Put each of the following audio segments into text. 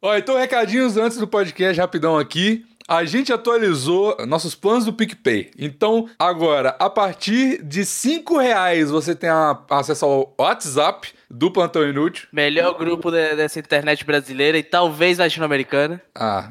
Ó, então recadinhos antes do podcast, rapidão aqui. A gente atualizou nossos planos do PicPay. Então, agora, a partir de R$5 você tem acesso ao WhatsApp do Plantão Inútil. Melhor grupo dessa internet brasileira e talvez latino-americana.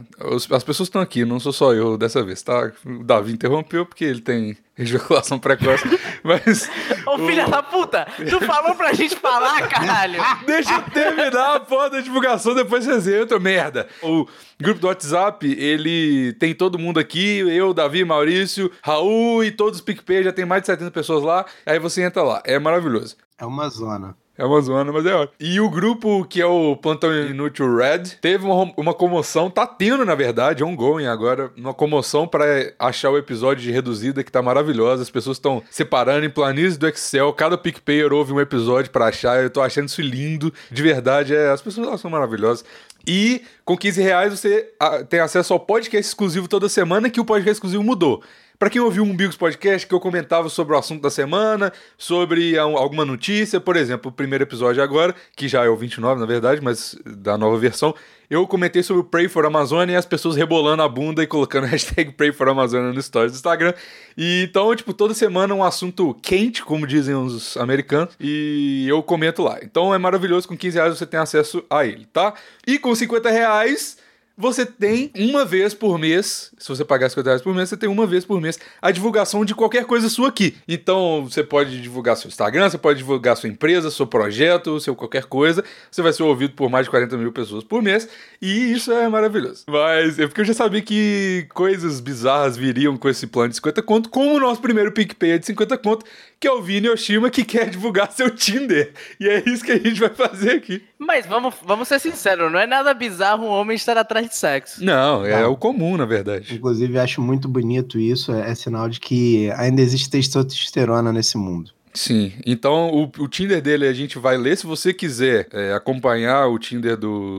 As pessoas estão aqui, não sou só eu dessa vez, tá? O Davi interrompeu porque ele tem ejaculação precoce, mas... Ô, filha da puta! Tu falou pra gente falar, caralho! Deixa eu terminar a porra da divulgação, depois vocês entram, merda. O grupo do WhatsApp, ele tem todo mundo aqui, eu, Davi, Maurício, Raul e todos os PicPay, já tem mais de 70 pessoas lá, aí você entra lá, é maravilhoso. É uma zona. É uma zona, mas é ótimo. E o grupo que é o Plantão Inútil Red teve uma comoção, tá tendo na verdade, ongoing agora, uma comoção pra achar o episódio de Reduzida que tá maravilhosa. As pessoas estão separando em planilhas do Excel, cada PicPayer ouve um episódio pra achar. Eu tô achando isso lindo, de verdade, as pessoas elas são maravilhosas. E com R$15 você tem acesso ao podcast exclusivo toda semana, que o podcast exclusivo mudou. Pra quem ouviu o Umbigos Podcast, que eu comentava sobre o assunto da semana, sobre alguma notícia, por exemplo, o primeiro episódio agora, que já é o 29, na verdade, mas da nova versão, eu comentei sobre o Pray for Amazônia e as pessoas rebolando a bunda e colocando hashtag Pray for Amazônia no stories do Instagram. E então, tipo, toda semana um assunto quente, como dizem os americanos, e eu comento lá. Então é maravilhoso, com R$15 você tem acesso a ele, tá? E com R$50... você tem uma vez por mês, se você pagar R$50 por mês, você tem uma vez por mês a divulgação de qualquer coisa sua aqui. Então, você pode divulgar seu Instagram, você pode divulgar sua empresa, seu projeto, seu qualquer coisa. Você vai ser ouvido por mais de 40 mil pessoas por mês, e isso é maravilhoso. Mas é porque eu já sabia que coisas bizarras viriam com esse plano de 50 conto, como o nosso primeiro PicPay é de 50 conto, que é o Vini Oshima, que quer divulgar seu Tinder. E é isso que a gente vai fazer aqui. Mas vamos ser sinceros, não é nada bizarro um homem estar atrás de sexo. Não, é o comum, na verdade. Inclusive, acho muito bonito isso, é sinal de que ainda existe testosterona nesse mundo. Sim, então o Tinder dele a gente vai ler. Se você quiser acompanhar o Tinder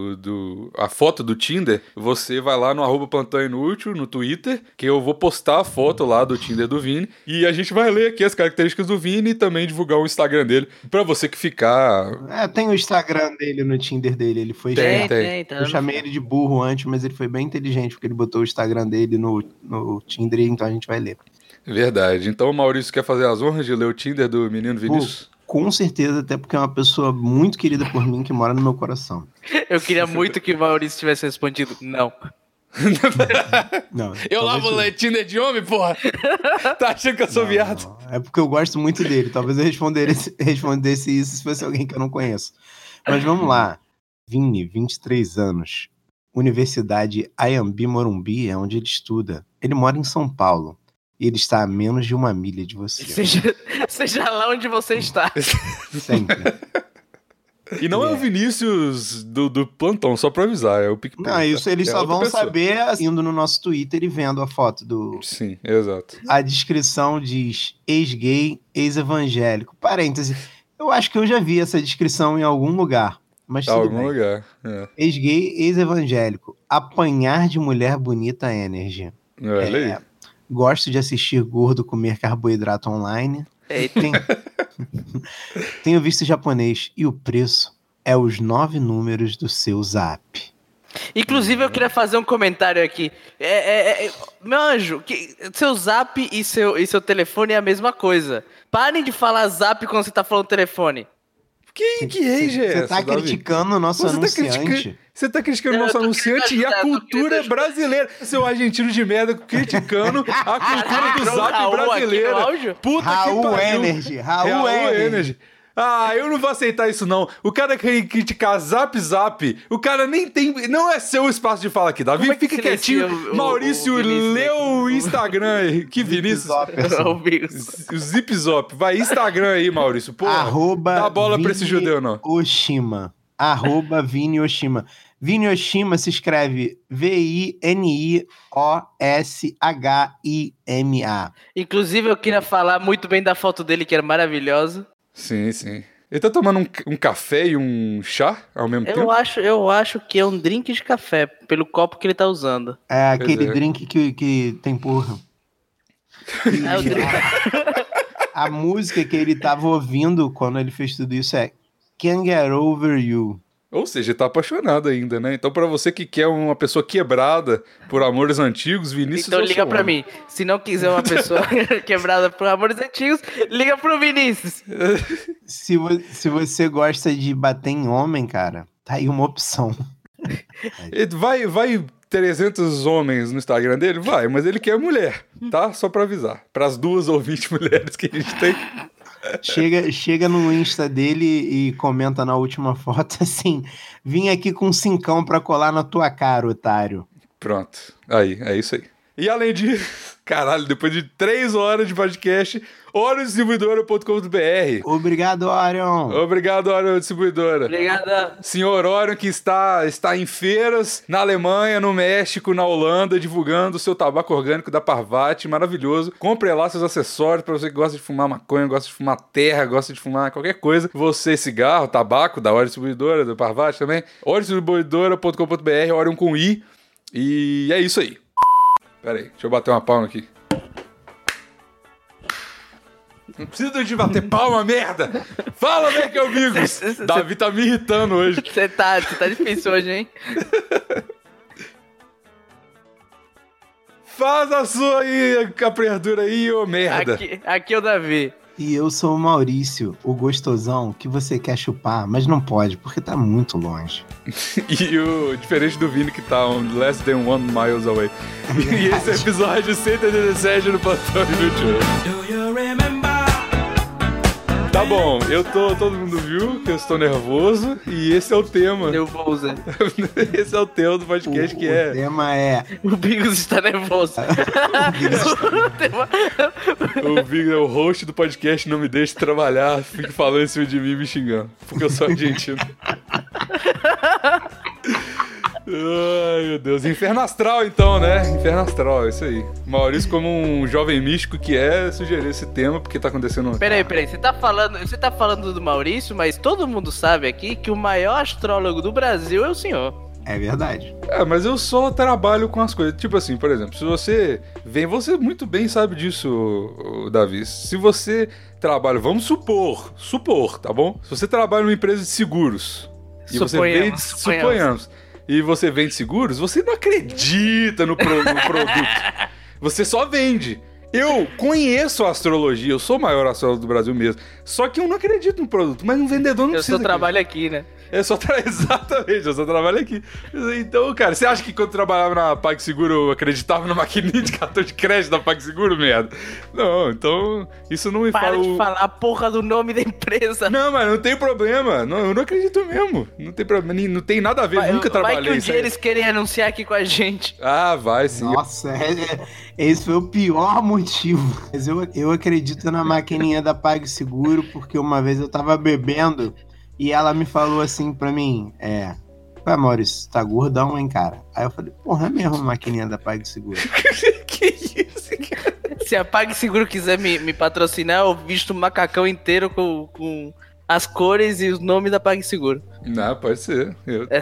a foto do Tinder, você vai lá no @Plantão Inútil no Twitter, que eu vou postar a foto lá do Tinder do Vini, e a gente vai ler aqui as características do Vini e também divulgar o Instagram dele, pra você que ficar... Tem o Instagram dele no Tinder dele, ele foi... Tem. Eu chamei ele de burro antes, mas ele foi bem inteligente, porque ele botou o Instagram dele no Tinder, então a gente vai ler. Verdade. Então o Maurício quer fazer as honras de ler o Tinder do menino Vinícius? Com certeza, até porque é uma pessoa muito querida por mim, que mora no meu coração. Eu queria muito que o Maurício tivesse respondido não. Não, eu lá vou ler Tinder de homem, porra! Tá achando que eu sou viado? Não. É porque eu gosto muito dele. Talvez eu respondesse isso se fosse alguém que eu não conheço. Mas vamos lá. Vini, 23 anos. Universidade Ayambi Morumbi é onde ele estuda. Ele mora em São Paulo. E ele está a menos de 1 milha de você. Seja lá onde você está. Sempre. E não é o Vinícius do plantão, só pra avisar, é o PicPay. Não, isso eles só vão pessoa. saber indo no nosso Twitter e vendo a foto do... Sim, exato. A descrição diz ex-gay, ex-evangélico. Parêntese, eu acho que eu já vi essa descrição em algum lugar. Mas tudo algum bem. lugar, Ex-gay, ex-evangélico. Apanhar de mulher bonita energy. Olha aí. Gosto de assistir gordo comer carboidrato online. Tenho visto japonês e o preço é os 9 números do seu Zap. Inclusive, eu queria fazer um comentário aqui. Meu anjo, seu Zap e seu telefone é a mesma coisa. Parem de falar Zap quando você tá falando telefone. Que rage é essa, Você tá criticando o nosso anunciante. Você tá criticando o nosso anunciante e a cultura brasileira. Seu argentino de merda criticando a cultura do Zap brasileira. Puta Raul que pariu. Energy. Raul Energy. Eu não vou aceitar isso, não. O cara quer criticar Zap, o cara nem tem... Não é seu espaço de fala aqui, Davi. Fica quietinho. Maurício, lê o Instagram aí. Que Vinícius? O Zip Zop. Vai, Instagram aí, Maurício. Pô, dá bola pra esse judeu, não. Oshima. @Vini Oshima. Vini Oshima se escreve VINIOSHIMA. Inclusive, eu queria falar muito bem da foto dele, que era maravilhosa. Sim, sim. Ele tá tomando um café e um chá ao mesmo tempo? Eu acho que é um drink de café, pelo copo que ele tá usando. É aquele drink que tem porra. É o drink. A música que ele tava ouvindo quando ele fez tudo isso é Can't Get Over You. Ou seja, tá apaixonado ainda, né? Então, pra você que quer uma pessoa quebrada por amores antigos, Vinícius... Então liga pra mim. Se não quiser uma pessoa quebrada por amores antigos, liga pro Vinícius. Se você gosta de bater em homem, cara, tá aí uma opção. Vai 300 homens no Instagram dele? Vai, mas ele quer mulher, tá? Só pra avisar. Pras 2 ou 20 mulheres que a gente tem... Chega no Insta dele e comenta na última foto assim: vim aqui com 5 pra colar na tua cara, otário. Pronto. Aí, é isso aí. E além disso, caralho, depois de 3 horas de podcast, oriondistribuidora.com.br. Obrigado, Orion. Obrigado, Orion Distribuidora. Obrigada. Senhor Orion, que está em feiras na Alemanha, no México, na Holanda, divulgando o seu tabaco orgânico da Parvati, maravilhoso. Compre lá seus acessórios para você que gosta de fumar maconha, gosta de fumar terra, gosta de fumar qualquer coisa. Você, cigarro, tabaco, da Orion Distribuidora, da Parvati também. oriondistribuidora.com.br, Orion com I. E é isso aí. Pera aí, deixa eu bater uma palma aqui. Não precisa de bater palma, merda! Fala, Mac amigos! Davi tá me irritando hoje. Você tá difícil hoje, hein? Faz a sua aí, apertura aí, ô merda. Aqui é o Davi. E eu sou o Maurício, o gostosão que você quer chupar, mas não pode, porque tá muito longe. E o diferente do Vini que tá less than 1 miles away. E esse é o episódio 187 do Plantão Inútil. Tá bom, todo mundo viu que eu estou nervoso e esse é o tema. Nervoso. Esse é o tema do podcast que é... O tema é... O Bigos está nervoso. O Bigos é o host do podcast, não me deixe trabalhar, fica falando em cima de mim me xingando, porque eu sou argentino. Ai, meu Deus. Inferno Astral, então, né? Inferno Astral, é isso aí. Maurício, como um jovem místico que é, sugeriu esse tema, porque tá acontecendo... Peraí. Você tá falando do Maurício, mas todo mundo sabe aqui que o maior astrólogo do Brasil é o senhor. É verdade. Mas eu só trabalho com as coisas. Tipo assim, por exemplo, se você vem... Você muito bem sabe disso, Davi. Se você trabalha... Vamos supor, tá bom? Se você trabalha numa empresa de seguros... E você vende... Suponhamos. E você vende seguros, você não acredita no produto. Você só vende. Eu conheço a astrologia, eu sou o maior astrólogo do Brasil mesmo. Só que eu não acredito no produto, mas um vendedor não precisa. Eu só trabalho aqui, né? Exatamente, eu só trabalho aqui. Então, cara, você acha que quando eu trabalhava na PagSeguro eu acreditava na maquininha de cartão de crédito da PagSeguro, merda? Não, então isso não me fala... Para de falar a porra do nome da empresa. Não, mas não tem problema. Não, eu não acredito mesmo. Não tem problema, não tem nada a ver, eu nunca trabalhei. Vai que um dia eles querem anunciar aqui com a gente. Ah, vai sim. Nossa, esse foi o pior motivo. Mas eu acredito na maquininha da PagSeguro porque uma vez eu tava bebendo e ela me falou assim pra mim, ué, Maurício, tá gordão, hein, cara? Aí eu falei, porra, é mesmo a maquininha da PagSeguro. Que isso, cara? Se a PagSeguro quiser me patrocinar, eu visto um macacão inteiro com as cores e os nomes da PagSeguro. Não, pode ser.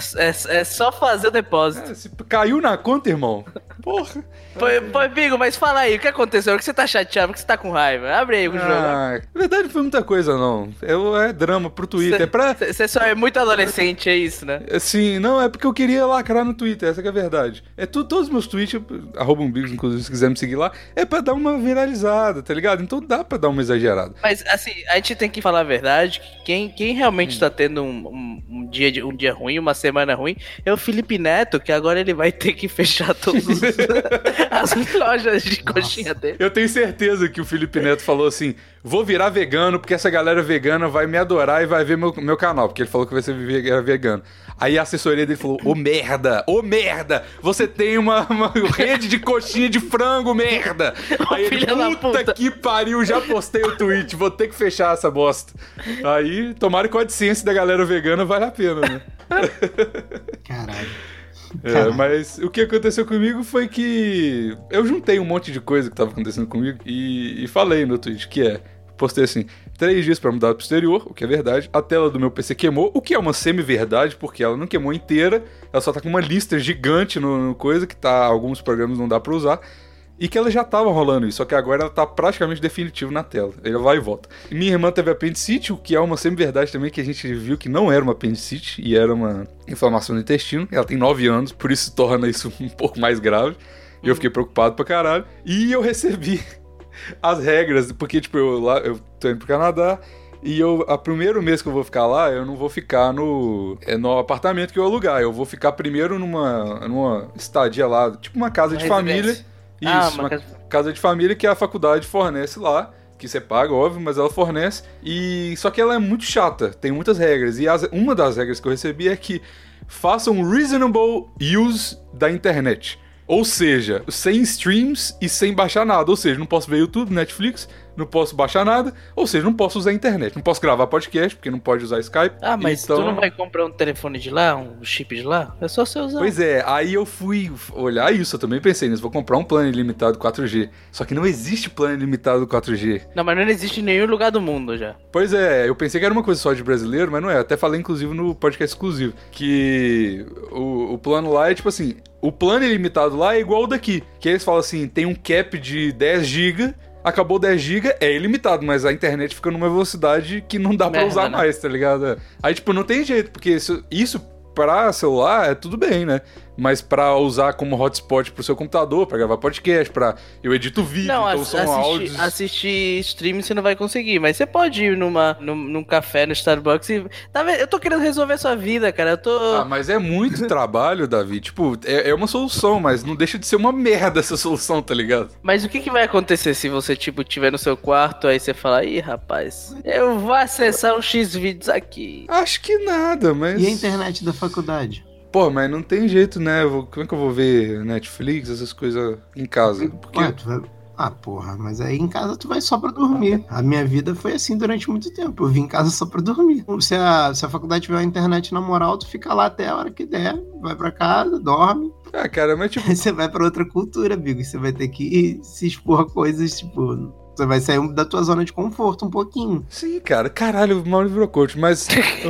É só fazer o depósito. Se caiu na conta, irmão. Porra. Pô, Bigo, mas fala aí, o que aconteceu? Por que você tá chateado? Por que você tá com raiva? Abre aí o jogo. Na verdade não foi muita coisa, não. É drama pro Twitter. Você só é muito adolescente, é isso, né? Sim, não, é porque eu queria lacrar no Twitter, essa que é a verdade. Todos os meus tweets, @umbigos, inclusive, se quiser me seguir lá, é pra dar uma viralizada, tá ligado? Então dá pra dar uma exagerada. Mas, assim, a gente tem que falar a verdade, que quem realmente tá tendo um dia ruim, uma semana ruim, é o Felipe Neto, que agora ele vai ter que fechar todas as lojas de coxinha dele. Eu tenho certeza que o Felipe Neto falou assim, vou virar vegano, porque essa galera vegana vai me adorar e vai ver meu canal, porque ele falou que vai ser vegano. Aí a assessoria dele falou, ô merda, você tem uma rede de coxinha de frango, merda. Aí ele, puta que pariu, já postei o tweet, vou ter que fechar essa bosta. Aí, tomara que a AdSense da galera vegana vale a pena, né? Caralho. Mas o que aconteceu comigo foi que eu juntei um monte de coisa que tava acontecendo comigo e falei no tweet, postei assim, 3 dias pra mudar pro exterior, o que é verdade, a tela do meu PC queimou, o que é uma semi-verdade, porque ela não queimou inteira, ela só tá com uma lista gigante no coisa, que alguns programas não dá pra usar, E que ela já tava rolando isso, só que agora ela tá praticamente definitivo na tela. Ele vai e volta. Minha irmã teve apendicite, o que é uma semi-verdade também, que a gente viu que não era uma apendicite, e era uma inflamação no intestino. Ela tem 9 anos, por isso torna isso um pouco mais grave. E eu fiquei preocupado pra caralho. E eu recebi as regras, porque, tipo, eu tô indo pro Canadá, e o primeiro mês que eu vou ficar lá, eu não vou ficar no apartamento que eu alugar. Eu vou ficar primeiro numa estadia lá, tipo uma casa de família. Isso, uma casa de família que a faculdade fornece lá, que você paga, óbvio, mas ela fornece. Só que ela é muito chata, tem muitas regras. E uma das regras que eu recebi é que faça um reasonable use da internet. Ou seja, sem streams e sem baixar nada. Ou seja, não posso ver YouTube, Netflix, não posso baixar nada. Ou seja, não posso usar a internet. Não posso gravar podcast, porque não pode usar Skype. Ah, mas então... tu não vai comprar um telefone de lá, um chip de lá? É só você usar. Pois é, aí eu fui olhar isso, eu também pensei nisso. Vou comprar um plano ilimitado 4G. Só que não existe plano ilimitado 4G. Não, mas não existe em nenhum lugar do mundo já. Pois é, eu pensei que era uma coisa só de brasileiro, mas não é. Até falei, inclusive, no podcast exclusivo, que o plano lá é tipo assim... O plano ilimitado lá é igual o daqui. Que eles falam assim, tem um cap de 10 GB, acabou 10 GB, é ilimitado, mas a internet fica numa velocidade que não dá pra usar mais, tá ligado? Aí, tipo, não tem jeito, porque isso pra celular é tudo bem, né? Mas pra usar como hotspot pro seu computador, pra gravar podcast, eu edito vídeo, não, então são áudios... assistir streaming você não vai conseguir, mas você pode ir num café, no Starbucks e... Tá vendo? Eu tô querendo resolver a sua vida, cara, eu tô... Ah, mas é muito trabalho, Davi, tipo, é uma solução, mas não deixa de ser uma merda essa solução, tá ligado? Mas o que vai acontecer se você, tipo, tiver no seu quarto, aí você fala, ih, rapaz, eu vou acessar um X-Vídeos aqui. Acho que nada, mas... E a internet da faculdade? Pô, mas não tem jeito, né? Como é que eu vou ver Netflix, essas coisas em casa? Porque... Ué, Ah, porra, mas aí em casa tu vai só pra dormir. A minha vida foi assim durante muito tempo. Eu vim em casa só pra dormir. Se a faculdade tiver a internet na moral, tu fica lá até a hora que der. Vai pra casa, dorme. Ah, cara, mas tipo... Aí você vai pra outra cultura, amigo. Você vai ter que se expor a coisas, tipo... Você vai sair da tua zona de conforto um pouquinho. Sim, cara. Caralho, o Mauro virou coach, mas...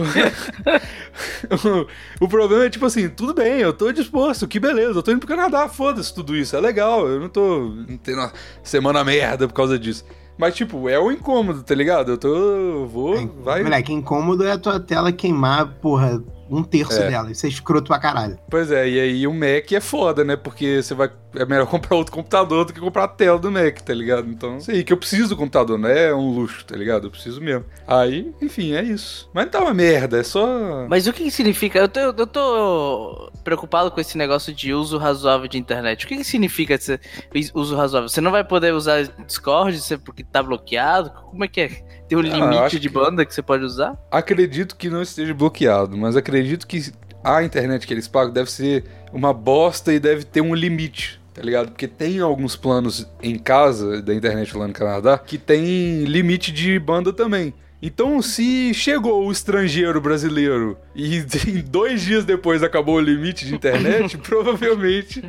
o problema é, tipo assim, tudo bem, eu tô disposto, que beleza, eu tô indo pro Canadá, foda-se tudo isso, é legal, eu não tô tendo uma semana merda por causa disso. Mas, tipo, é um incômodo, tá ligado? Vai... Moleque, incômodo é a tua tela queimar, porra, 1/3 dela. Isso é escroto pra caralho. Pois é, e aí o Mac é foda, né? Porque é melhor comprar outro computador do que comprar a tela do Mac, tá ligado? Então, sei que eu preciso do computador, não é um luxo, tá ligado? Eu preciso mesmo. Aí, enfim, é isso. Mas não tá uma merda, é só... Mas o que significa? Eu tô preocupado com esse negócio de uso razoável de internet. O que significa esse uso razoável? Você não vai poder usar Discord porque tá bloqueado? Como é que é? Tem um limite de banda que você pode usar? Acredito que não esteja bloqueado, mas acredito que a internet que eles pagam deve ser uma bosta e deve ter um limite, tá ligado? Porque tem alguns planos em casa da internet lá no Canadá que tem limite de banda também. Então, se chegou o estrangeiro brasileiro e 2 dias depois acabou o limite de internet, provavelmente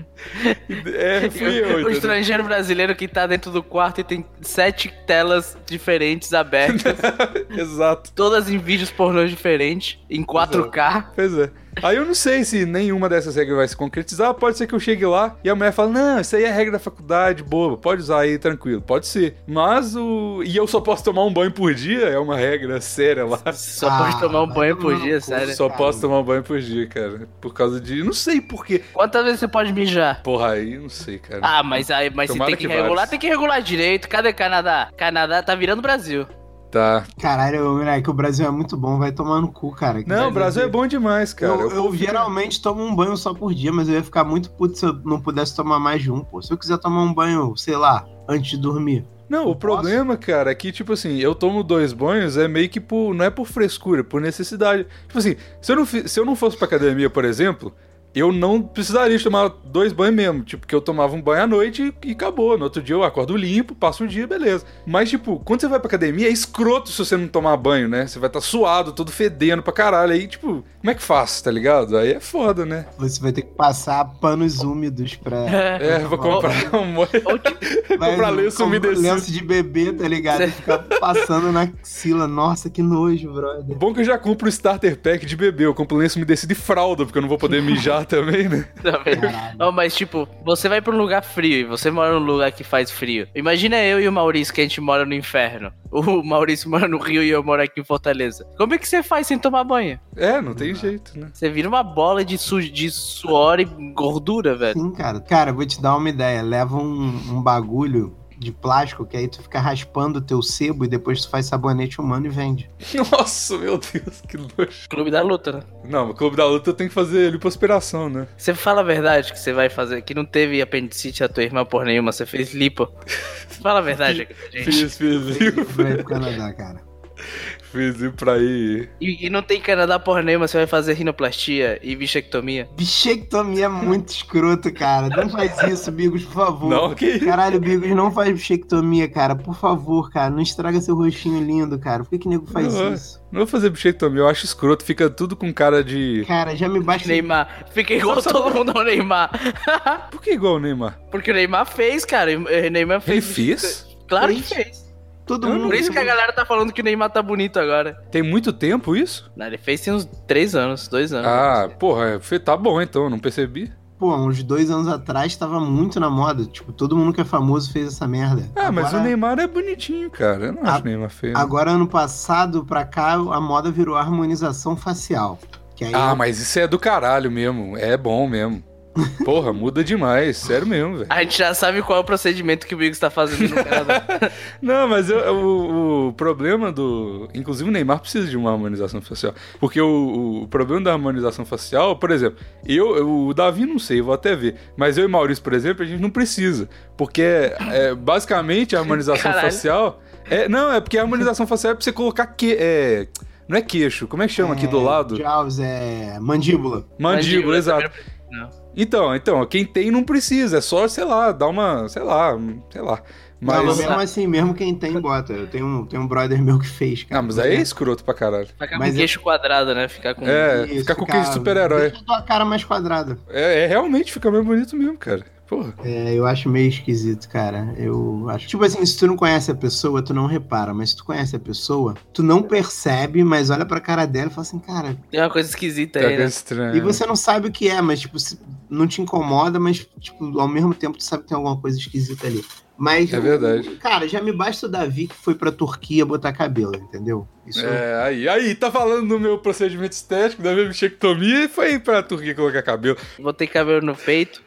fui eu. O estrangeiro brasileiro que tá dentro do quarto e tem 7 telas diferentes abertas. Exato. Todas em vídeos pornôs diferentes, em 4K. Pois é. Aí eu não sei se nenhuma dessas regras vai se concretizar. Pode ser que eu chegue lá e a mulher fala, não, isso aí é regra da faculdade, boba, pode usar aí, tranquilo. Pode ser. Mas E eu só posso tomar um banho por dia? É uma regra séria lá. Só pode tomar um banho por dia, sério? Só posso tomar um banho por dia, cara. Por causa de... Não sei por quê. Quantas vezes você pode mijar? Porra, aí não sei, cara. Ah, mas se tem que regular, tem que regular direito. Cadê Canadá? Canadá tá virando Brasil. Tá. Caralho, moleque, o Brasil é muito bom, vai tomar no cu, cara. Não, o Brasil é bom demais, cara. Eu geralmente tomo um banho só por dia, mas eu ia ficar muito puto se eu não pudesse tomar mais de um, pô. Se eu quiser tomar um banho, sei lá, antes de dormir. Não, o problema, cara, é que, tipo assim, eu tomo 2 banhos, é meio que não é por frescura, é por necessidade. Tipo assim, se eu não fosse pra academia, por exemplo... Eu não precisaria de tomar 2 banhos mesmo, tipo, porque eu tomava um banho à noite e acabou. No outro dia eu acordo limpo, passo o dia, beleza. Mas, tipo, quando você vai pra academia, é escroto se você não tomar banho, né? Você vai estar suado, todo fedendo pra caralho. Aí, tipo, como é que faz, tá ligado? Aí é foda, né? Você vai ter que passar panos úmidos pra... vou comprar um molho. comprar lenço umedecido. Lenço de bebê, tá ligado? Ficar passando na axila. Nossa, que nojo, brother. Bom que eu já compro o starter pack de bebê. Eu compro lenço umedecido e fralda, porque eu não vou poder mijar também, né? Oh, mas tipo, você vai pra um lugar frio e você mora num lugar que faz frio. Imagina eu e o Maurício que a gente mora no inferno. O Maurício mora no Rio e eu moro aqui em Fortaleza. Como é que você faz sem tomar banho? É, não tem jeito, né? Você vira uma bola de suor e gordura, velho. Sim, cara. Cara, vou te dar uma ideia. Leva um bagulho de plástico que aí tu fica raspando o teu sebo e depois tu faz sabonete humano e vende. Nossa, meu Deus, que nojo. Clube da luta, né? Não, no clube da luta eu tenho que fazer lipoaspiração, né? Você fala a verdade que você vai fazer, que não teve apendicite a tua irmã por nenhuma, você fez lipo. Fala a verdade aqui pra gente. Fiz Vai pro Canadá, cara. Fiz ir pra ir. E não tem Canadá porra nenhuma, você vai fazer rinoplastia e bichectomia. Bichectomia é muito escroto, cara. Não faz isso, Bigos, por favor. Não, que Caralho, Bigos, não faz bichectomia, cara. Por favor, cara. Não estraga seu rostinho lindo, cara. Por que nego faz isso? Não vou fazer bichectomia, eu acho escroto. Fica tudo com cara de... Cara, já me basta... Neymar. Fica igual todo mundo ao Neymar. Por que igual o Neymar? Porque o Neymar fez, cara. O Neymar fez. Ele fez? Claro que fez. Todo mundo... Por isso que a galera tá falando que o Neymar tá bonito agora. Tem muito tempo isso? Não, ele fez tem uns 3 anos, 2 anos. Ah, porra, tá bom então, não percebi. Pô, uns 2 anos atrás tava muito na moda. Tipo, todo mundo que é famoso fez essa merda. Ah, agora, mas o Neymar é bonitinho, cara. Eu não acho o Neymar feio. Agora, ano passado, pra cá, a moda virou harmonização facial. Que aí mas isso é do caralho mesmo. É bom mesmo. Porra, muda demais. Sério mesmo, velho. A gente já sabe qual é o procedimento que o Bigos tá fazendo no Canadá. Não, mas o problema do... Inclusive o Neymar precisa de uma harmonização facial. Porque o problema da harmonização facial, por exemplo, o Davi não sei, vou até ver. Mas eu e Maurício, por exemplo, a gente não precisa. Porque basicamente a harmonização facial... Não, é porque a harmonização facial é pra você colocar não é queixo, como é que chama aqui do lado? Jaws, mandíbula. Mandíbula, exato. Não. Então, quem tem não precisa, é só, sei lá, dar uma, sei lá. Mas... Não, mesmo assim, mesmo quem tem, bota. Eu tenho um brother meu que fez, cara. Ah, mas aí é escroto pra caralho. Ficar com queixo quadrado, né? Ficar com... ficar com queixo de super-herói. Deixa a tua cara mais quadrada. Realmente fica mais bonito mesmo, cara. Porra. Eu acho meio esquisito, cara. Eu acho. Tipo assim, se tu não conhece a pessoa, tu não repara. Mas se tu conhece a pessoa, tu não percebe, mas olha pra cara dela e fala assim, cara... Tem uma coisa esquisita aí, né? Estranho. E você não sabe o que é, mas, tipo, não te incomoda, mas, tipo, ao mesmo tempo tu sabe que tem alguma coisa esquisita ali. Mas, é verdade. Cara, já me basta o Davi que foi pra Turquia botar cabelo, entendeu? Isso... aí, tá falando do meu procedimento estético, da minha bichectomia, e foi pra Turquia colocar cabelo. Botei cabelo no peito.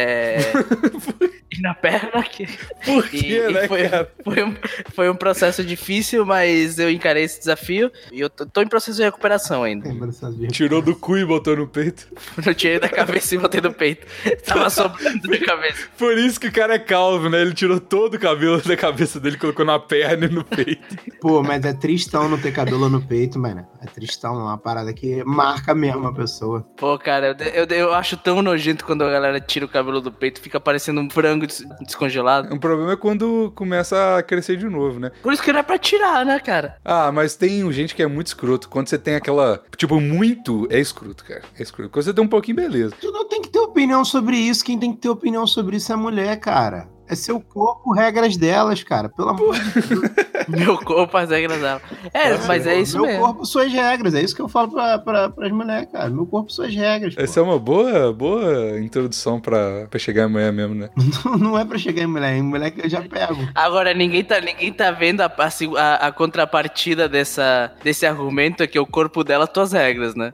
E na perna aqui. Por quê, né, cara? Foi um processo difícil, mas eu encarei esse desafio e eu tô em processo de recuperação ainda. Tirou do cu e botou no peito? Eu tirei da cabeça e botei no peito. Tava sobrando da cabeça. Por isso que o cara é calvo, né? Ele tirou todo o cabelo da cabeça dele, colocou na perna e no peito. Pô, mas é tristão não ter cabelo no peito, mano. É tristão, uma parada que marca mesmo a pessoa. Pô, cara, eu acho tão nojento quando a galera tira o cabelo do peito, fica parecendo um frango descongelado. O problema é quando começa a crescer de novo, né? Por isso que não é pra tirar, né, cara? Ah, mas tem gente que é muito escroto. Quando você tem aquela... Tipo, muito é escroto, cara. É escroto. Quando você tem um pouquinho, beleza. Tu não tem que ter opinião sobre isso. Quem tem que ter opinião sobre isso é a mulher, cara. É seu corpo, regras delas, cara. Pelo amor de Deus. Meu corpo, as regras dela. Mas é isso mesmo. Meu corpo, suas regras. É isso que eu falo pras mulheres, cara. Meu corpo, suas regras. Essa é uma boa introdução pra chegar em mulher mesmo, né? Não é pra chegar em mulher. Em mulher que eu já pego. Agora, ninguém tá vendo a contrapartida desse argumento, é que o corpo dela, tuas regras, né?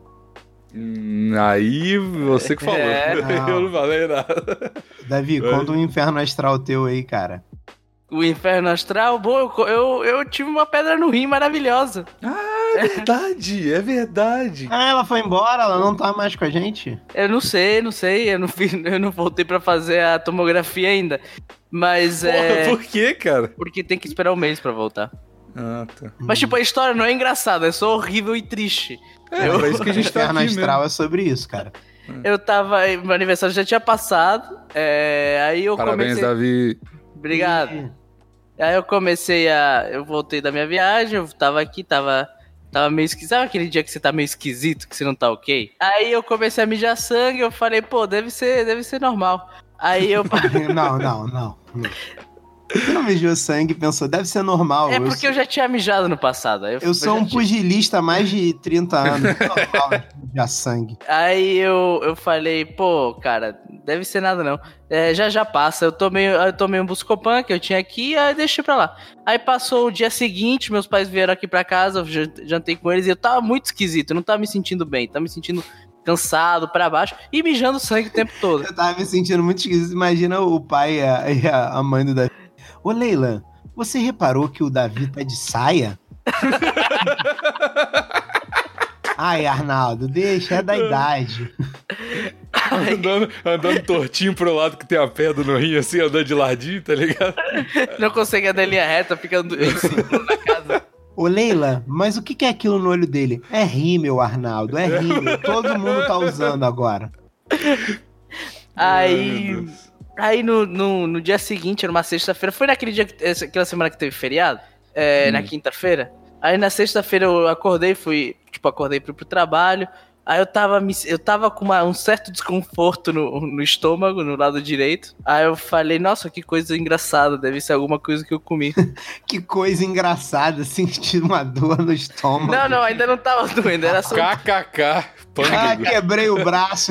Aí você que falou. Eu não falei nada. Davi, conta um inferno astral teu aí, cara. O inferno astral? Bom, eu tive uma pedra no rim maravilhosa. Ah, é verdade. Ah, ela foi embora? Ela não tá mais com a gente? Eu não sei. Eu não voltei pra fazer a tomografia ainda. Mas Porra, por quê, cara? Porque tem que esperar um mês pra voltar. Ah, tá. Mas, tipo, a história não é engraçada, é só horrível e triste. É isso que a gente tá aqui astral mesmo. É sobre isso, cara. Eu tava... Meu aniversário já tinha passado, aí eu Parabéns, Davi. Obrigado. Aí eu voltei da minha viagem, eu tava aqui, tava meio esquisito. Sabe aquele dia que você tá meio esquisito, que você não tá ok? Aí eu comecei a mijar sangue, eu falei, pô, deve ser normal. Aí eu... Não. Você não mijou sangue e pensou, deve ser normal. É porque eu já tinha mijado no passado. Eu sou um pugilista há mais de 30 anos. É normal mijar sangue. Aí eu falei, pô, cara, deve ser nada não. Já passa. Eu tomei um Buscopan que eu tinha aqui, aí deixei pra lá. Aí passou o dia seguinte, meus pais vieram aqui pra casa, eu jantei com eles e eu tava muito esquisito, eu não tava me sentindo bem, tava me sentindo cansado, pra baixo, e mijando sangue o tempo todo. Eu tava me sentindo muito esquisito. Imagina o pai e a mãe do Davi. Ô, Leila, você reparou que o Davi tá de saia? Ai, Arnaldo, deixa, é da idade. Andando tortinho pro lado que tem a pedra no rim, assim, andando de ladinho, tá ligado? Não consegue andar em linha reta, fica assim, na casa. Ô, Leila, mas o que é aquilo no olho dele? É rímel, Arnaldo, é rímel. Todo mundo tá usando agora. Aí no dia seguinte, era uma sexta-feira, foi naquele dia, aquela semana que teve feriado, na quinta-feira. Aí na sexta-feira eu acordei, acordei pro trabalho. Aí eu tava com um certo desconforto no estômago, no lado direito. Aí eu falei, nossa, que coisa engraçada, deve ser alguma coisa que eu comi. Que coisa engraçada, sentir uma dor no estômago. Não, ainda não tava doendo, era só... KKK, quebrei o braço.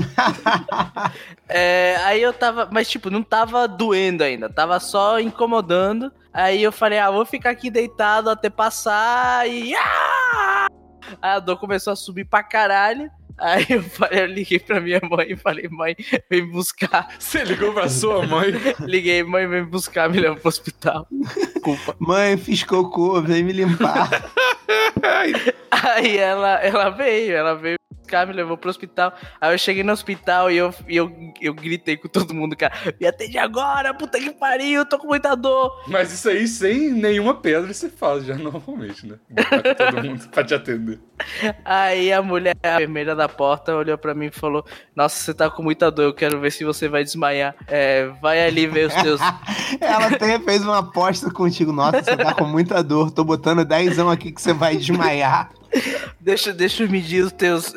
Aí eu tava, mas tipo, não tava doendo ainda, tava só incomodando. Aí eu falei, vou ficar aqui deitado até passar e... Aí a dor começou a subir pra caralho. Aí eu liguei pra minha mãe e falei, mãe, vem me buscar. Você ligou pra sua mãe? Liguei, mãe, vem me buscar, me leva pro hospital. Desculpa. Mãe, fiz cocô, vem me limpar. Aí ela veio buscar, me levou pro hospital. Aí eu cheguei no hospital e eu gritei com todo mundo, cara, me atende agora, puta que pariu, eu tô com muita dor. Mas isso aí sem nenhuma pedra você faz já normalmente, né? Botar todo mundo pra te atender. Aí a mulher, a enfermeira da porta, olhou pra mim e falou, nossa, você tá com muita dor, eu quero ver se você vai desmaiar. Vai ali ver os teus... Ela até fez uma aposta contigo, nossa, você tá com muita dor, tô botando 10 aqui que você vai desmaiar. Deixa eu medir os teus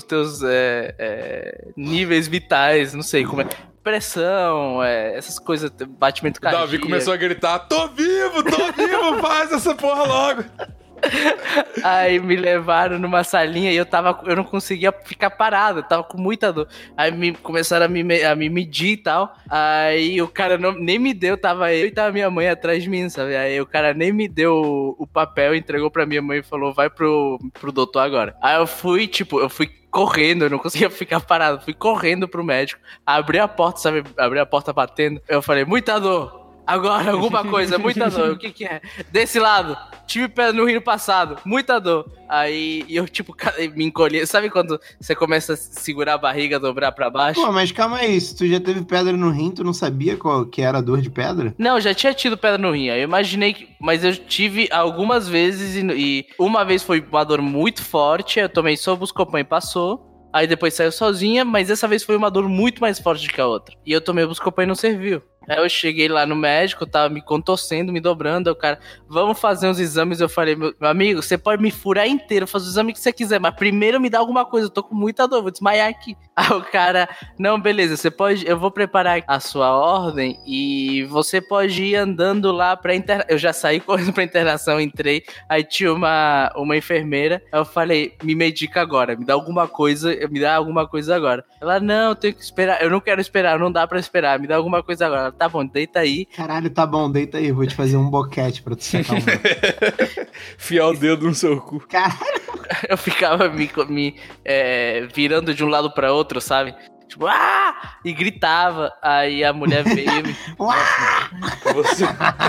níveis vitais, não sei como é. Pressão, essas coisas, batimento cardíaco. Davi começou a gritar, tô vivo, faz essa porra logo. Aí me levaram numa salinha e eu não conseguia ficar parado, eu tava com muita dor. Aí começaram a me medir e tal. Aí o cara nem me deu, tava eu e tava minha mãe atrás de mim, sabe? Aí o cara nem me deu o papel, entregou pra minha mãe e falou, vai pro doutor agora. Aí eu fui correndo, eu não conseguia ficar parado, fui correndo pro médico, abri a porta, sabe? Abri a porta batendo, eu falei, muita dor. Agora, alguma coisa, muita dor. O que é? Desse lado, tive pedra no rim no passado, muita dor. Aí eu, me encolhi. Sabe quando você começa a segurar a barriga, dobrar pra baixo? Pô, mas calma aí, se tu já teve pedra no rim, tu não sabia qual que era a dor de pedra? Não, já tinha tido pedra no rim. Aí eu imaginei mas eu tive algumas vezes e uma vez foi uma dor muito forte, eu tomei só o Buscopan e passou. Aí depois saiu sozinha, mas dessa vez foi uma dor muito mais forte que a outra. E eu tomei o Buscopan e não serviu. Aí eu cheguei lá no médico, tava me contorcendo, me dobrando, aí o cara, vamos fazer uns exames. Eu falei, meu amigo, você pode me furar inteiro, fazer o exame que você quiser, mas primeiro me dá alguma coisa, eu tô com muita dor, vou desmaiar aqui. Aí o cara, não, beleza, eu vou preparar a sua ordem e você pode ir andando lá pra internação. Eu já saí correndo pra internação, entrei, aí tinha uma enfermeira, aí eu falei, me medica agora, me dá alguma coisa agora. Ela, não, eu tenho que esperar, eu não quero esperar, não dá pra esperar, me dá alguma coisa agora. Tá bom, deita aí. Caralho, tá bom, deita aí. Vou te fazer um boquete pra tu secar Fiar o dedo no seu cu. Caralho. Eu ficava me virando de um lado pra outro, sabe? Tipo, e gritava. Aí a mulher veio e me... Você...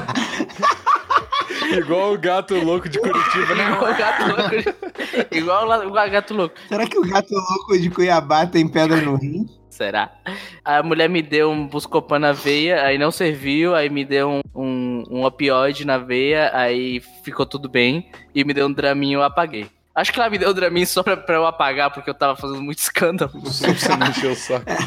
Igual o gato louco de Curitiba, né? Igual o gato louco. Será que o gato louco de Cuiabá tem pedra no rim? Será? A mulher me deu um Buscopan na veia, aí não serviu, aí me deu um opioide na veia, aí ficou tudo bem, e me deu um Draminho, eu apaguei. Acho que ela me deu o Dramin só pra eu apagar, porque eu tava fazendo muito escândalo. Você não encheu o saco.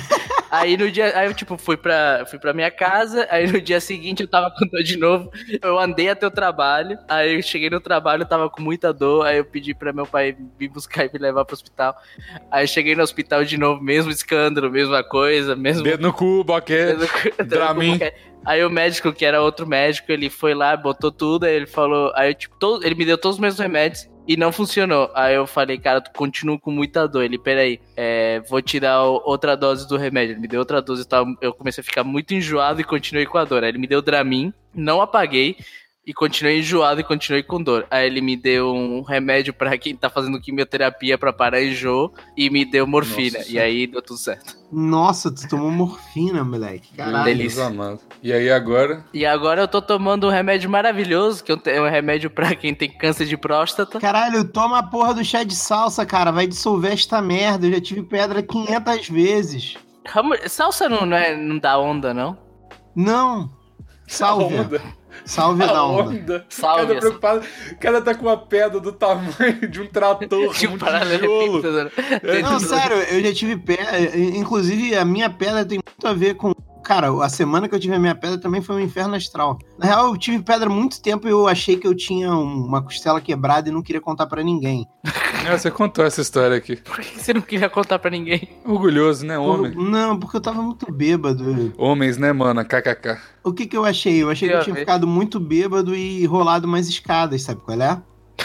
Aí no dia, aí eu tipo, fui pra minha casa, aí no dia seguinte eu tava com dor de novo, eu andei até o trabalho, aí eu cheguei no trabalho, eu tava com muita dor, aí eu pedi pra meu pai me buscar e me levar pro hospital. Aí eu cheguei no hospital de novo, mesmo escândalo, mesma coisa, mesmo... Dedo no cu, boquete, Dramin. Aí o médico, que era outro médico, ele foi lá, botou tudo, aí ele falou... Aí, tipo, ele me deu todos os mesmos remédios e não funcionou. Aí eu falei, cara, eu continuo com muita dor. Ele, peraí, vou te dar outra dose do remédio. Ele me deu outra dose, eu comecei a ficar muito enjoado e continuei com a dor. Aí ele me deu Dramin, não apaguei e continuei enjoado e continuei com dor. Aí ele me deu um remédio pra quem tá fazendo quimioterapia pra parar enjoo e me deu morfina. Nossa. E aí deu tudo certo. Nossa, tu tomou morfina, moleque. Caralho. Delícia. E aí agora? E agora eu tô tomando um remédio maravilhoso, que é um remédio pra quem tem câncer de próstata. Caralho, toma a porra do chá de salsa, cara. Vai dissolver esta merda. Eu já tive pedra 500 vezes. Salsa não dá onda, não? Não. Salve. Salve na onda. Salve. O cara tá com uma pedra do tamanho de um trator. De um paralelepípedo. Não, sério, eu já tive pedra. Inclusive, a minha pedra tem muito a ver com... Cara, a semana que eu tive a minha pedra também foi um inferno astral. Na real, eu tive pedra há muito tempo e eu achei que eu tinha uma costela quebrada e não queria contar pra ninguém. Você contou essa história aqui. Por que você não queria contar pra ninguém? Orgulhoso, né, homem? Não, porque eu tava muito bêbado. Homens, né, mano? KKK. O que eu achei? Eu achei que eu tinha ficado muito bêbado e rolado umas escadas, sabe qual é?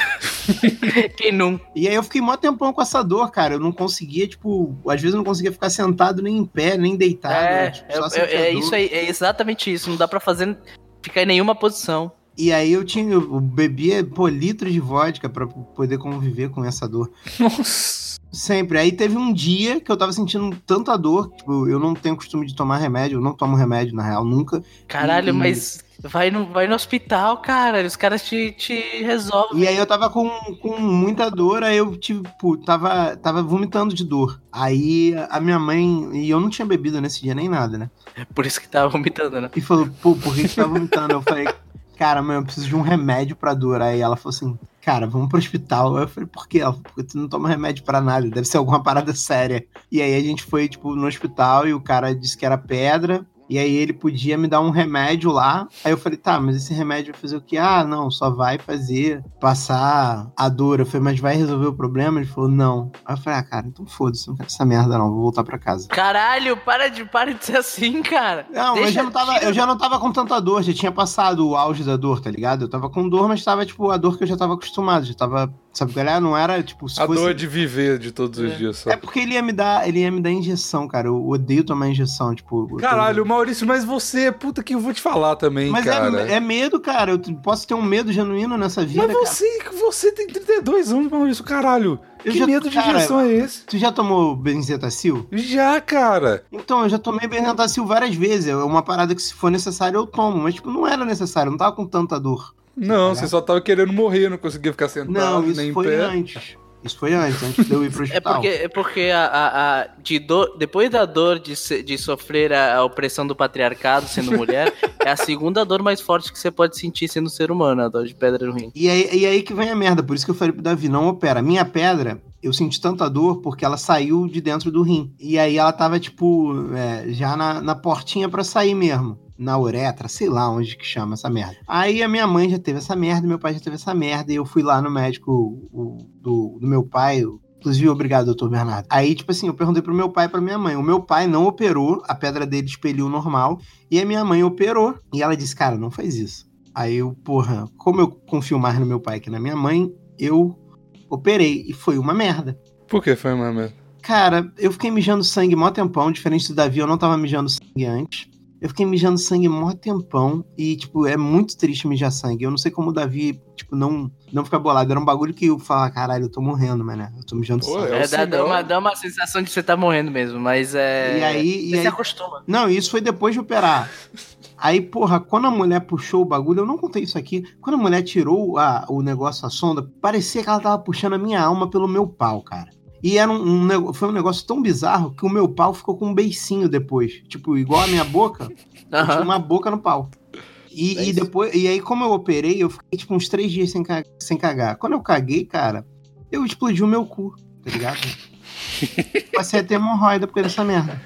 Quem não? E aí eu fiquei mó tempão com essa dor, cara. Eu não conseguia, tipo... Às vezes eu não conseguia ficar sentado nem em pé, nem deitado. Isso aí, é exatamente isso. Não dá pra ficar em nenhuma posição. E aí eu bebia, litros de vodka pra poder conviver com essa dor. Nossa! Sempre. Aí teve um dia que eu tava sentindo tanta dor, tipo, eu não tenho costume de tomar remédio, eu não tomo remédio, na real, nunca. Caralho, mas vai no hospital, cara, os caras te resolvem. E aí eu tava com muita dor, aí eu, tipo, tava vomitando de dor. Aí a minha mãe, e eu não tinha bebido nesse dia nem nada, né? Por isso que tava vomitando, né? E falou, por que tá vomitando? Eu falei, cara, mãe, eu preciso de um remédio pra dor. Aí ela falou assim, cara, vamos pro hospital. Aí eu falei, por quê? Ela falou, porque tu não toma remédio pra nada, deve ser alguma parada séria. E aí a gente foi, tipo, no hospital e o cara disse que era pedra. E aí ele podia me dar um remédio lá. Aí eu falei, tá, mas esse remédio vai fazer o quê? Ah, não, só vai passar a dor. Eu falei, mas vai resolver o problema? Ele falou, não. Aí eu falei, cara, então foda-se, não quero essa merda não, vou voltar pra casa. Caralho, para de ser assim, cara. Não, eu já não tava com tanta dor, já tinha passado o auge da dor, tá ligado? Eu tava com dor, mas tava, tipo, a dor que eu já tava acostumado, já tava... Sabe qual é? Não era, tipo... Se fosse... dor de viver de todos os dias só. É porque ele ia me dar injeção, cara. Eu odeio tomar injeção, tipo... Caralho, Maurício, mas você, puta que eu vou te falar também, mas cara. Mas é medo, cara. Eu posso ter um medo genuíno nessa vida, mas você tem 32 anos, Maurício, caralho. Que medo de injeção é esse? Tu já tomou benzetacil? Já, cara. Então, eu já tomei benzetacil várias vezes. É uma parada que se for necessário eu tomo. Mas, tipo, não era necessário. Eu não tava com tanta dor. Não, você só tava querendo morrer, não conseguia ficar sentado, não, isso nem em foi pé. Isso foi antes de eu ir pro hospital. É porque depois da dor de sofrer a opressão do patriarcado sendo mulher, é a segunda dor mais forte que você pode sentir sendo ser humano, a dor de pedra no rim. E aí que vem a merda, por isso que eu falei pro Davi, não opera. Minha pedra, eu senti tanta dor porque ela saiu de dentro do rim. E aí ela tava, tipo, já na portinha pra sair mesmo. Na uretra, sei lá onde que chama essa merda. Aí a minha mãe já teve essa merda, meu pai já teve essa merda, e eu fui lá no médico do meu pai, inclusive, obrigado, doutor Bernardo. Aí, tipo assim, eu perguntei pro meu pai e pra minha mãe. O meu pai não operou, a pedra dele expeliu normal, e a minha mãe operou. E ela disse, cara, não faz isso. Aí eu, porra, como eu confio mais no meu pai que na minha mãe, eu operei, e foi uma merda. Por que foi uma merda? Cara, eu fiquei mijando sangue mó tempão, diferente do Davi, eu não tava mijando sangue antes. Eu fiquei mijando sangue mó tempão e, tipo, é muito triste mijar sangue. Eu não sei como o Davi, tipo, não fica bolado. Era um bagulho que eu falava, caralho, eu tô morrendo, mano. Eu tô mijando sangue. Dá uma sensação de você tá morrendo mesmo, mas E aí se acostuma. Não, isso foi depois de operar. Aí, porra, quando a mulher puxou o bagulho, eu não contei isso aqui, quando a mulher tirou o negócio, a sonda, parecia que ela tava puxando a minha alma pelo meu pau, cara. E era foi um negócio tão bizarro que o meu pau ficou com um beicinho depois. Tipo, igual a minha boca, eu tinha uma boca no pau. E depois, e aí, como eu operei, eu fiquei tipo uns 3 dias sem cagar. Quando eu caguei, cara, eu explodi o meu cu, tá ligado? Passei a ter hemorroida por causa dessa merda.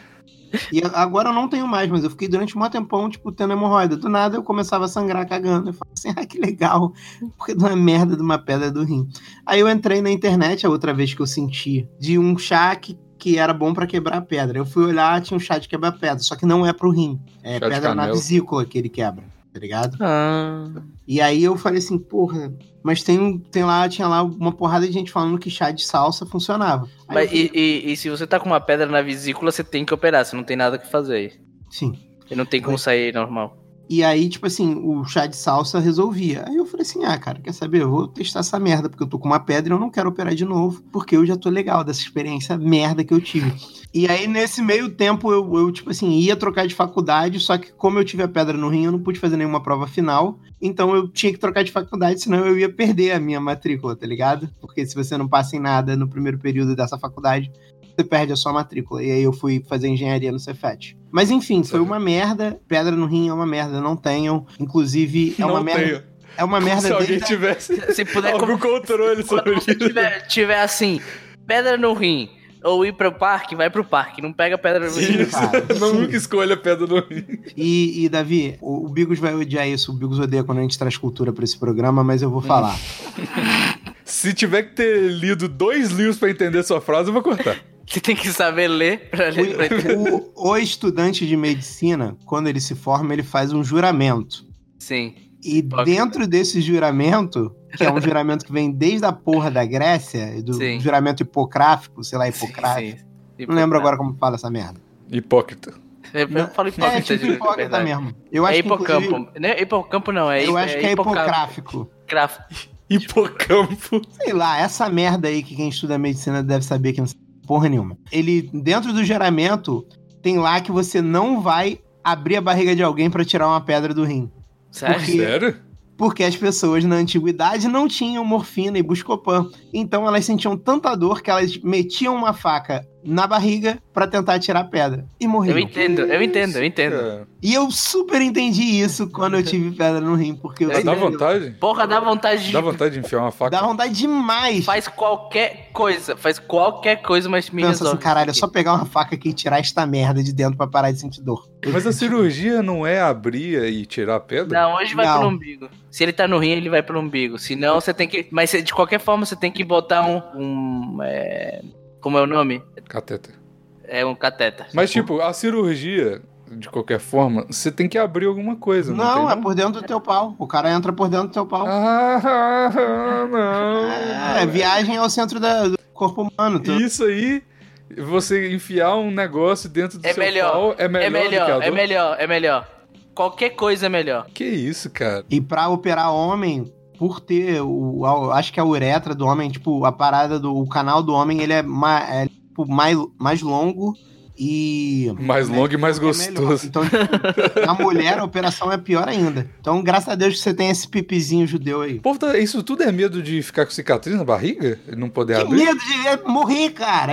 E agora eu não tenho mais, mas eu fiquei durante um tempão, tipo, tendo hemorroida. Do nada eu começava a sangrar cagando. Eu falei assim, que legal, porque de uma merda de uma pedra do rim. Aí eu entrei na internet, a outra vez que eu senti, de um chá que era bom pra quebrar a pedra. Eu fui olhar, tinha um chá de quebrar pedra, só que não é pro rim. É chá pedra na vesícula que ele quebra, tá ligado? E aí eu falei assim, porra, mas tinha lá uma porrada de gente falando que chá de salsa funcionava. Mas, e se você tá com uma pedra na vesícula, você tem que operar, você não tem nada que fazer aí. Sim. E não tem como sair normal. E aí, tipo assim, o chá de salsa resolvia. Aí eu falei assim, cara, quer saber? Eu vou testar essa merda, porque eu tô com uma pedra e eu não quero operar de novo, porque eu já tô legal dessa experiência merda que eu tive. E aí, nesse meio tempo, eu tipo assim, ia trocar de faculdade, só que como eu tive a pedra no rim, eu não pude fazer nenhuma prova final, então eu tinha que trocar de faculdade, senão eu ia perder a minha matrícula, tá ligado? Porque se você não passa em nada no primeiro período dessa faculdade, você perde a sua matrícula. E aí eu fui fazer engenharia no Cefet. Mas enfim, foi uma merda. Pedra no rim é uma merda, não tenham. Inclusive, é uma merda. Tenho. É uma merda. Se alguém tivesse se puder algum controle sobre isso. Se tiver assim, pedra no rim, ou ir pro parque, vai pro parque. Não pega pedra no rim. Cara, nunca escolha pedra no rim. E Davi, o Bigos vai odiar isso. O Bigos odeia quando a gente traz cultura pra esse programa, mas eu vou falar. Se tiver que ter lido 2 livros pra entender sua frase, eu vou cortar. Você tem que saber ler pra ler. O estudante de medicina, quando ele se forma, ele faz um juramento. Sim. E dentro desse juramento, que é um juramento que vem desde a porra da Grécia, do juramento hipocráfico, sei lá, hipocrático. Sim. Não lembro agora como fala essa merda. Hipócrita. Eu falo hipócrita. É tipo hipócrita mesmo. Eu acho hipocampo. Que, não é hipocampo não, eu acho que é hipocráfico. Hipocampo. Sei lá, essa merda aí que quem estuda medicina deve saber que não sabe porra nenhuma. Ele, dentro do juramento, tem lá que você não vai abrir a barriga de alguém pra tirar uma pedra do rim. Sério? Porque as pessoas na antiguidade não tinham morfina e Buscopan. Então elas sentiam tanta dor que elas metiam uma faca na barriga pra tentar tirar a pedra. E morriam. Eu entendo. E eu super entendi isso quando eu tive pedra no rim. Porque dá vontade? Porra, dá vontade Dá vontade de enfiar uma faca? Dá vontade demais. Faz qualquer coisa, mas me pensa assim, caralho, é só pegar uma faca aqui e tirar esta merda de dentro pra parar de sentir dor. Mas a cirurgia não é abrir e tirar a pedra? Não, hoje vai pro umbigo. Se ele tá no rim, ele vai pro umbigo. Senão você tem que... Mas de qualquer forma, você tem que botar como é o nome? Catéter. É um catéter. Mas tipo, a cirurgia, de qualquer forma, você tem que abrir alguma coisa. Não, é por dentro do teu pau. O cara entra por dentro do teu pau. Não. Viagem ao centro do corpo humano. Isso aí, você enfiar um negócio dentro do seu pau é melhor. Qualquer coisa é melhor. Que isso, cara? E pra operar homem, por ter acho que a uretra do homem, tipo, a parada o canal do homem, ele é mais longo e... Mais longo e mais gostoso. Então, tipo, na mulher, a operação é pior ainda. Então, graças a Deus que você tem esse pipizinho judeu aí. Pô, isso tudo é medo de ficar com cicatriz na barriga? Não poder abrir? Medo de morrer, cara.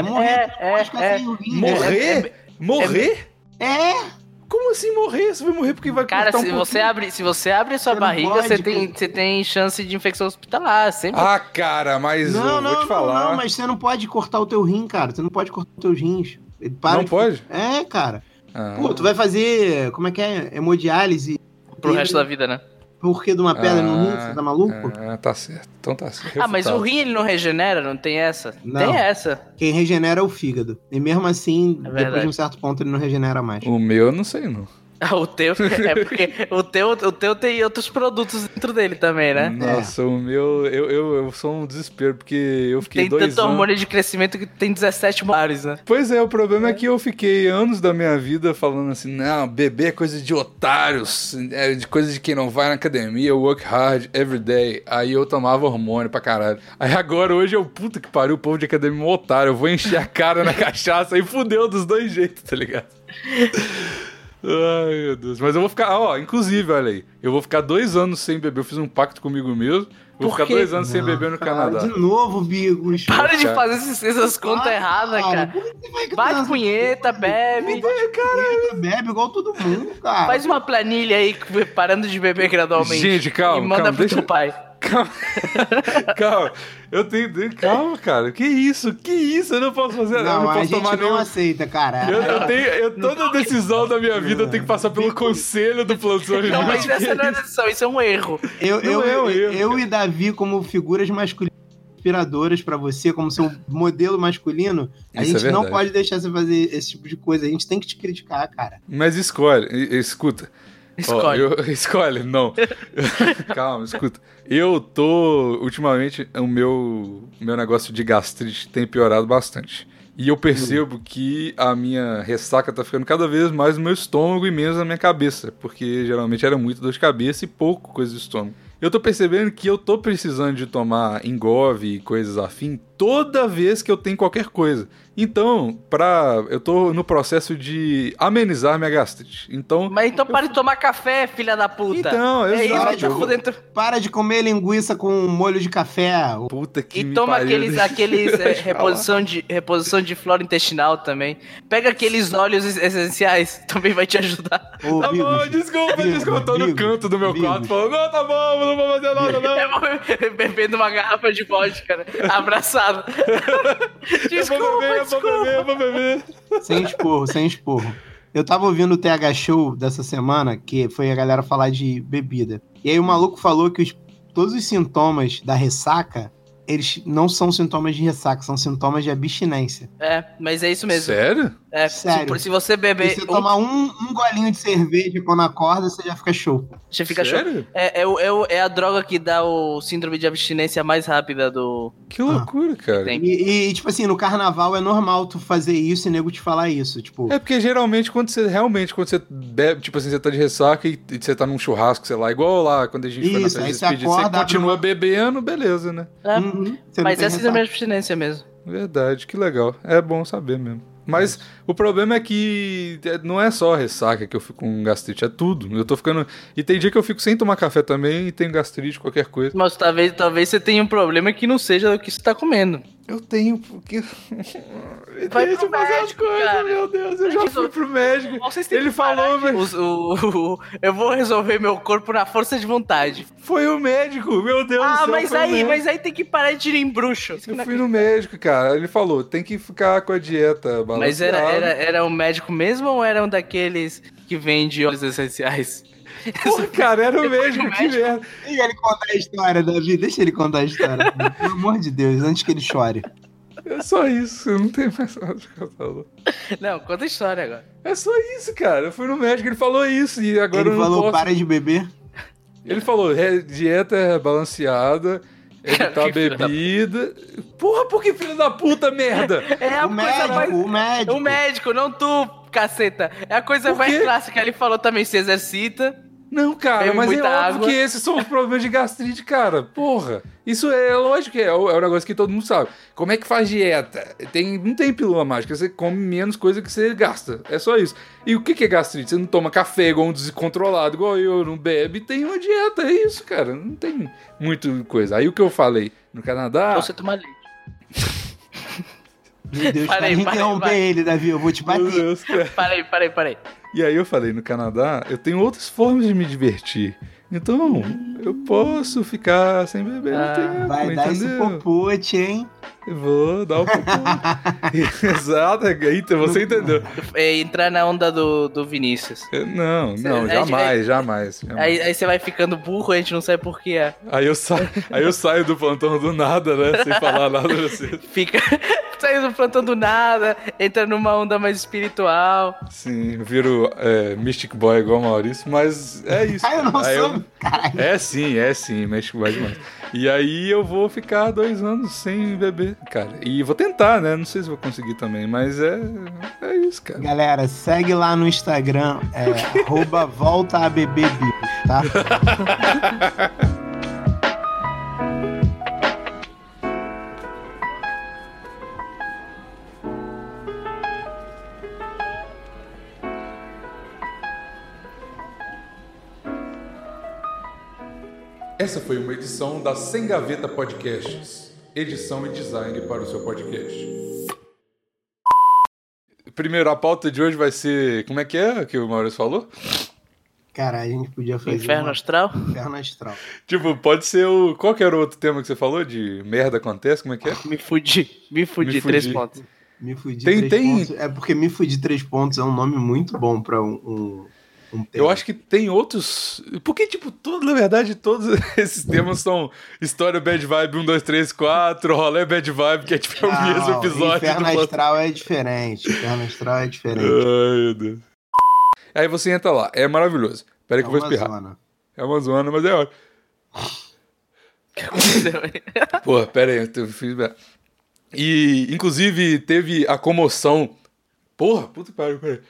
Morrer? É. Como assim morrer? Você vai morrer porque vai cortar se você abre a sua barriga, você tem chance de infecção hospitalar, sempre. Ah, cara, mas eu vou te falar. Não, mas você não pode cortar o teu rim, cara. Você não pode cortar os teus rins. Não pode? É, cara. Pô, tu vai fazer, como é que é? Hemodiálise. Pro resto da vida, né? Porque de uma pedra no rim, você tá maluco? Tá certo. Então tá certo. Refutado. Mas o rim ele não regenera? Não tem essa? Não. Tem essa. Quem regenera é o fígado. E mesmo assim, depois de um certo ponto, ele não regenera mais. O meu eu não sei, não. O teu é porque o teu tem outros produtos dentro dele também, né? Nossa, o meu eu sou um desespero porque eu fiquei tem 2 anos. Tem tanto hormônio de crescimento que tem 17 molares, né? Pois é, o problema é que eu fiquei anos da minha vida falando assim, não, bebê é coisa de otários, é de coisa de quem não vai na academia, work hard every day. Aí eu tomava hormônio pra caralho. Aí agora hoje eu, puta que pariu, o povo de academia é um otário, eu vou encher a cara na cachaça e fudeu dos 2 jeitos, tá ligado? Ai, meu Deus. Mas eu vou ficar, inclusive, olha aí. Eu vou ficar 2 anos sem beber. Eu fiz um pacto comigo mesmo. Vou ficar 2 anos sem beber no Canadá. De novo, Bigos. Para de fazer essas contas erradas, cara. Bate punheta, bebe. Bebe igual todo mundo, cara. Faz uma planilha aí, parando de beber gradualmente. Gente, calma. E manda pro teu pai. Calma. Eu tenho. Calma, cara. Que isso? Eu não posso fazer. Não, eu não a posso gente tomar não nenhum. aceita, cara. Toda decisão da minha vida tem que passar pelo conselho do plantão Não, mas inútil. essa não é decisão, isso é um erro. Eu e Davi, como figuras masculinas inspiradoras pra você, como seu modelo masculino, a Isso é gente não verdade. pode deixar você fazer esse tipo de coisa. A gente tem que te criticar, cara. Mas escolhe, escuta. Escolhe. Escolhe, não. Calma, escuta. Eu tô. Ultimamente, o meu negócio de gastrite tem piorado bastante. E eu percebo que a minha ressaca tá ficando cada vez mais no meu estômago e menos na minha cabeça. Porque geralmente era muito dor de cabeça e pouco coisa do estômago. Eu tô percebendo que eu tô precisando de tomar Engov e coisas afim toda vez que eu tenho qualquer coisa. Então, eu tô no processo de amenizar minha gastrite. Então, Mas então para de tomar café, filha da puta. Então, é exato. isso que tá fudendo. Para de comer linguiça com molho de café. puta que E me toma pariu. aqueles Deixa eu falar. reposição de flora intestinal também. Pega aqueles óleos essenciais, também vai te ajudar. Ô, Tá bom, Bigos, desculpa, Bigos, eu tô no Bigos, canto do meu Bigos. quarto falando, não, tá bom, não vou fazer nada, não. É bebendo uma garrafa de vodka, né? Abraçado. Eu vou beber. Sem esporro. Eu tava ouvindo o TH Show dessa semana, que foi a galera falar de bebida. E aí o maluco falou que todos os sintomas da ressaca, eles não são sintomas de ressaca, são sintomas de abstinência. É, mas é isso mesmo. Sério? É, Sério. se você Se beber. você tomar um golinho de cerveja quando acorda, você já fica show. Você fica show. Sério? É a droga que dá o síndrome de abstinência mais rápida do. Que loucura, cara. Tem. E, tipo assim, no carnaval é normal tu fazer isso e nego te falar isso. Tipo, É porque geralmente quando você bebe, tipo assim, você tá de ressaca e você tá num churrasco, sei lá, igual lá quando a gente foi na Isso, festa aí de você despedida, você acorda, continua abre bebendo, beleza, né? É, você não mas tem é síndrome de ressaca. abstinência mesmo. Verdade, que legal. É bom saber mesmo. Mas o problema é que não é só a ressaca que eu fico com gastrite, é tudo. Eu tô ficando. E tem dia que eu fico sem tomar café também e tenho gastrite, qualquer coisa. Mas talvez você tenha um problema que não seja o que você tá comendo. Eu tenho, porque. Vai Deixa pro eu fazer as médico, coisas, cara. meu Deus. Eu já fui pro médico. Vocês têm Ele que parar falou, de- velho. eu vou resolver meu corpo na força de vontade. Foi o médico, meu Deus do céu. Mas foi o médico. aí tem que parar de ir em bruxo. Eu fui no médico, cara. Ele falou, tem que ficar com a dieta balanceada. Mas era um médico mesmo ou era um daqueles que vende óleos essenciais? Porra, cara, era o médico, que médico. merda. Deixa ele contar a história, Davi. Deixa ele contar a história. Pelo amor de Deus, antes que ele chore. É só isso, eu não tenho mais nada pra falar. Não, conta a história agora. É só isso, cara. Eu fui no médico, ele falou isso e agora Ele eu não falou, posso. para de beber. Ele falou, dieta balanceada, evitar Que filho da bebida. Porra, por que filho da puta, merda? É a O coisa médico, mais... o médico. O médico, não tu, caceta. É a coisa Por mais quê? clássica. Ele falou também, se exercita. Não, cara, Bebe mas é muita óbvio água. que esses são os problemas de gastrite, cara. Porra. Isso é lógico que é um negócio que todo mundo sabe. Como é que faz dieta? Não tem pílula mágica, você come menos coisa que você gasta. É só isso. E o que é gastrite? Você não toma café igual um descontrolado, igual eu, não bebe, tem uma dieta, é isso, cara. Não tem muito coisa. Aí o que eu falei no Canadá... Ou você toma leite. Meu Deus, Parei, para de parei, interromper vai. ele, Davi. Eu vou te Meu bater. Deus, cara. Parei. E aí eu falei, no Canadá, eu tenho outras formas de me divertir. Então, eu posso ficar sem beber um tempo, Vai dar esse entendeu? popote, hein? Eu vou dar o popô. Exato, então você entendeu. É entrar na onda do Vinícius. Não, jamais. Aí você vai ficando burro, a gente não sabe por que é. Aí eu saio do plantão do nada, né? Sem falar nada pra você. Fica saindo do plantão do nada, entra numa onda mais espiritual. Sim, eu viro Mystic Boy igual o Maurício, mas é isso. Eu não Aí sou. Caralho. É sim, Mystic Boy demais. E aí eu vou ficar 2 anos sem beber, cara. E vou tentar, né? Não sei se vou conseguir também, mas é isso, cara. Galera, segue lá no Instagram, @voltaabbibos, tá? Essa foi uma edição da Sem Gaveta Podcasts. Edição e design para o seu podcast. Primeiro, a pauta de hoje vai ser... Como é que o Maurício falou? Cara, a gente podia fazer Inferno Astral? Inferno Astral. Tipo, pode ser o... Qual que era o outro tema que você falou? De merda acontece? Como é que é? Me fudi, 3 pontos. Me Fudi Tem- 3 pontos. É porque Me Fudi 3 pontos é um nome muito bom pra um tema. Eu acho que tem outros... Porque, tipo, na verdade, todos esses temas são história bad vibe 1, 2, 3, 4, rolê bad vibe, que é tipo o mesmo Não, episódio. Inferno do... Astral é diferente. Inferno Astral é diferente. Ai, meu Deus. Aí você entra lá, é maravilhoso. Peraí que eu vou espirrar. Zona. É uma zona, mas é ótimo. O que aconteceu aí? Pô, pera aí, eu fiz... E, inclusive, teve a comoção... Porra, puta que pariu, peraí.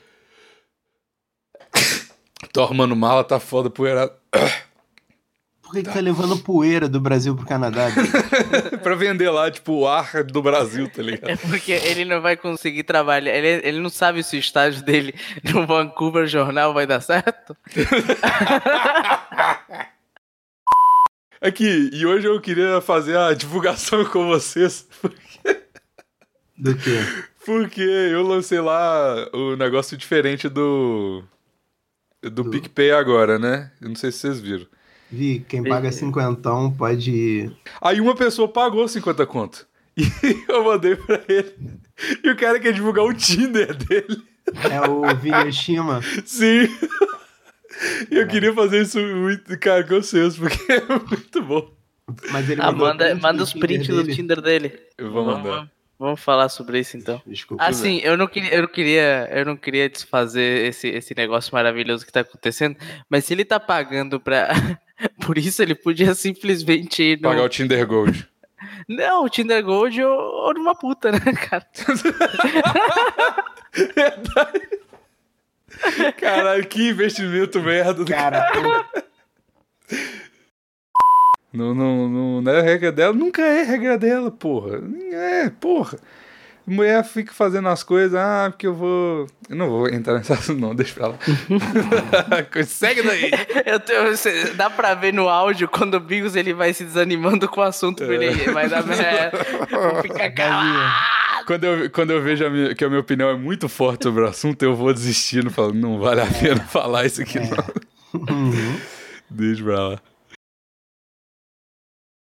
Tô arrumando mala, tá foda, poeirado. Por que tá levando poeira do Brasil pro Canadá? Pra vender lá, tipo, o ar do Brasil, tá ligado? É porque ele não vai conseguir trabalhar. Ele não sabe se o estágio dele no Vancouver Jornal vai dar certo. Aqui, e hoje eu queria fazer a divulgação com vocês. Do quê? Porque eu lancei lá o negócio diferente do PicPay agora, né? Eu não sei se vocês viram. Vi, quem paga cinquentão pode... Aí uma pessoa pagou 50 conto. E eu mandei pra ele. E o cara quer divulgar o Tinder dele. É o Vini Shima. Sim. E eu queria fazer isso muito, cara, com vocês, porque é muito bom. Mas ele Manda os prints do Tinder dele. Eu vou mandar. Vamos falar sobre isso então. Desculpa. Assim, eu não queria desfazer esse negócio maravilhoso que tá acontecendo, mas se ele tá pagando pra. Por isso ele podia simplesmente ir no... Pagar o Tinder Gold. Não, o Tinder Gold ou numa puta, né, cara? Caralho, que investimento merda do Cara, Não é regra dela, nunca é regra dela, porra. Porra. Mulher fica fazendo as coisas, porque eu vou... Eu não vou entrar nessa assunto, não, deixa pra lá. Segue daí. Dá pra ver no áudio quando o Bigos ele vai se desanimando com o assunto, ele vai dar merda. Vou ficar calado. Quando eu vejo que a minha opinião é muito forte sobre o assunto, eu vou desistindo, falando, não vale a pena falar isso aqui, não. Uhum. Deixa pra lá.